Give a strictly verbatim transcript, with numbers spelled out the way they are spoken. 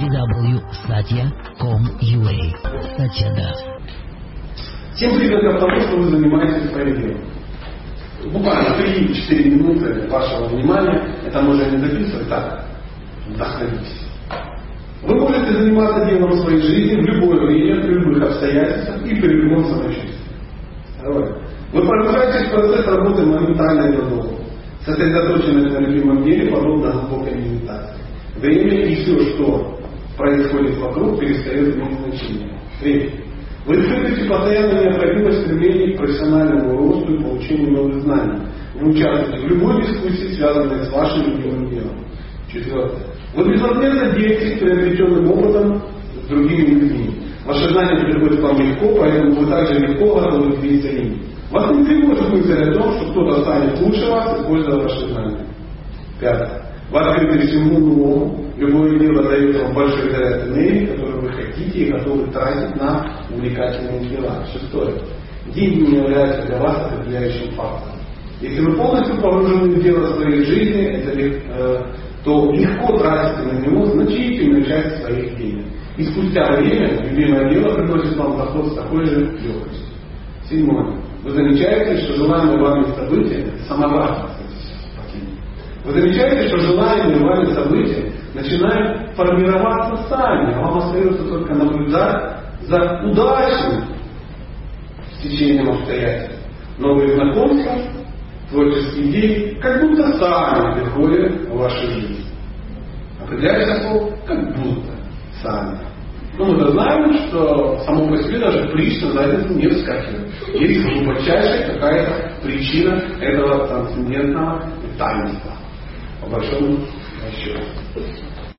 дабл ю сатья точка ком точка ю а. Satya Das. Всем признаков того, что вы занимаетесь своим делом. Буквально три-четыре минуты вашего внимания, это можно не записывать, так, вдохновитесь. Вы можете заниматься делом в своей жизни в любое время, при любых обстоятельствах и при любом самочувствии. Давай. Вы погружаетесь в процесс работы моментально и надолго. Сосредоточенность на любимом деле подобно глубокой медитации. Время и все, что происходит вокруг, перестает иметь значение. Время. Вы испытываете постоянную необходимость стремления к профессиональному росту и получению новых знаний. Вы участвуете в любой дискуссии, связанной с вашим любимым делом. Четвертое. Вы безответно делитесь приобретенным опытом с другими людьми. Ваши знания приходят к вам легко, поэтому вы также легко готовы делиться ими. Вас не тревожит мысль о том, что кто-то станет лучше вас, используя ваши знания. Пятое. Вы открыты всему новому. Любое дело дает вам большой заряд энергии, которую вы хотите и готовы тратить на увлекательные дела. Шестое. Деньги не являются для вас определяющим фактором. Если вы полностью погружены в дело своей жизни, это, э, то легко тратите на него значительную часть своих денег. И спустя время любимое дело приносит вам доход с такой же легкостью. Седьмое. Вы замечаете, что желаемые вами события, самое важное, вы замечаете, что желаемые вами события начинают формироваться сами, а вам остается только наблюдать за удачным стечением обстоятельств. Новые знакомства, творческие идеи, как будто сами приходят в вашу жизнь. Определяется слово, как будто сами. Ну, мы знаем, что само по себе даже притча за это не вскакивает. Есть глубочайшая какая-то причина этого трансцендентного таинства. По большому счету.